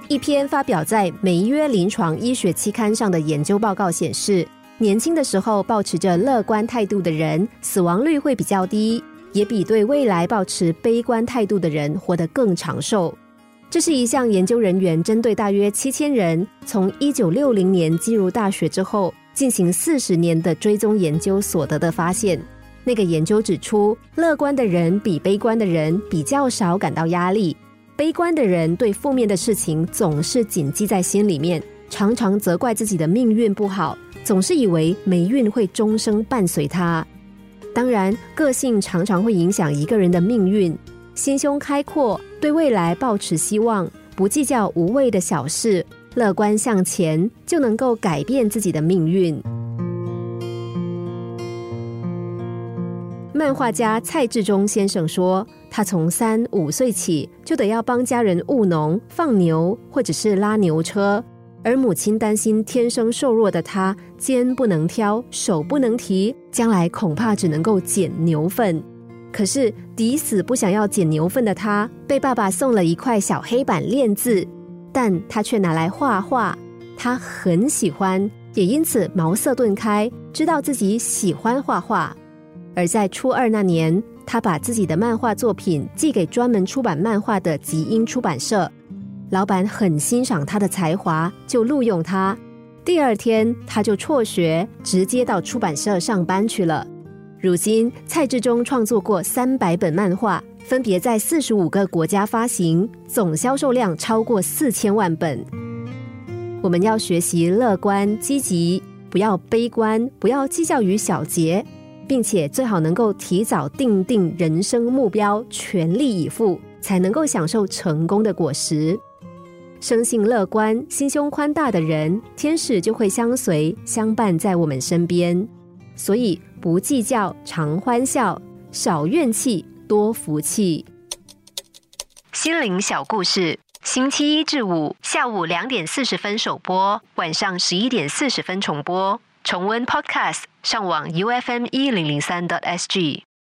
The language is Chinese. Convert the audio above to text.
一篇发表在梅约临床医学期刊上的研究报告显示，年轻的时候抱持着乐观态度的人死亡率会比较低，也比对未来抱持悲观态度的人活得更长寿。这是一项研究人员针对大约7000人从1960年进入大学之后进行40年的追踪研究所得的发现。那个研究指出，乐观的人比悲观的人比较少感到压力，悲观的人对负面的事情总是谨记在心里面，常常责怪自己的命运不好，总是以为霉运会终生伴随他。当然，个性常常会影响一个人的命运。心胸开阔，对未来抱持希望，不计较无谓的小事，乐观向前，就能够改变自己的命运。漫画家蔡志忠先生说，他从3、5岁起就得要帮家人务农、放牛或者是拉牛车，而母亲担心天生瘦弱的他肩不能挑，手不能提，将来恐怕只能够捡牛粪。可是抵死不想要捡牛粪的他，被爸爸送了一块小黑板练字，但他却拿来画画，他很喜欢，也因此茅塞顿开，知道自己喜欢画画。而在初2那年，他把自己的漫画作品寄给专门出版漫画的集英出版社，老板很欣赏他的才华，就录用他。第2天他就辍学，直接到出版社上班去了。如今蔡志忠创作过300本漫画，分别在45个国家发行，总销售量超过4000万本。我们要学习乐观积极，不要悲观，不要计较于小节，并且最好能够提早定人生目标，全力以赴，才能够享受成功的果实。生性乐观、心胸宽大的人，天使就会相随相伴在我们身边。所以不计较，常欢笑，少怨气，多福气。心灵小故事，星期1至5下午2点40分首播，晚上11点40分重播。重温 Podcast， 上网 UFM1003.SG。